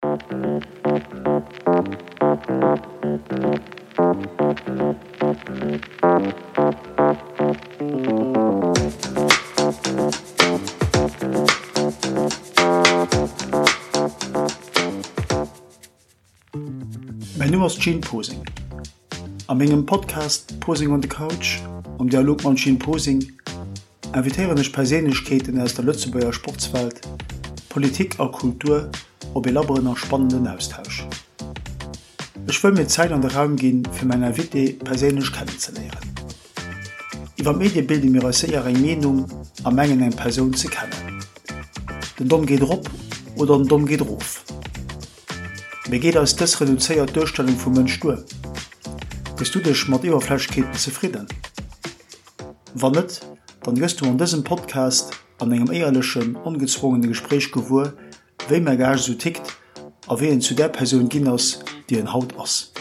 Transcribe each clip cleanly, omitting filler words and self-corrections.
Mein Name ist Gene Posing. Am engem Podcast Posing on the Couch Dialog mit Gene Posing invitieren ich Persönlichkeiten aus der Lützeburger Sportswelt, Politik und Kultur auf elaboreren und spannenden Austausch. Ich will mir Zeit an den Raum gehen, für meine Invité persönlich kennenzulernen. Über Medien bilde ich mir eine sehr eine Meinung an Mengen eine Person zu kennen. Den Dom geht rup oder den Dom geht ruf. Mir geht aus das reduzierte Durchstellung vom Mensch durch. Bist du dich mit Oberflächlichkeiten zufrieden? Wenn nicht, dann wirst du an diesem Podcast an einem ehrlichen, ungezwungenen Gespräch gewohnt, wie man gar so tickt, und wen zu der Person gehen ist, die ein Haut ist.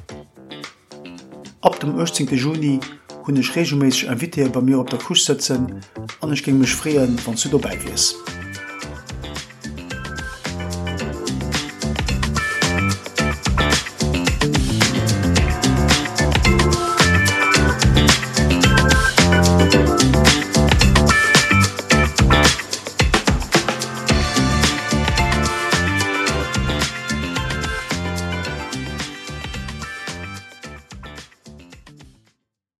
Ab dem 18. Juni habe ich regelmäßig Invité bei mir auf der Couch sitzen und ich ging mich freuen, wenn du dabei bist.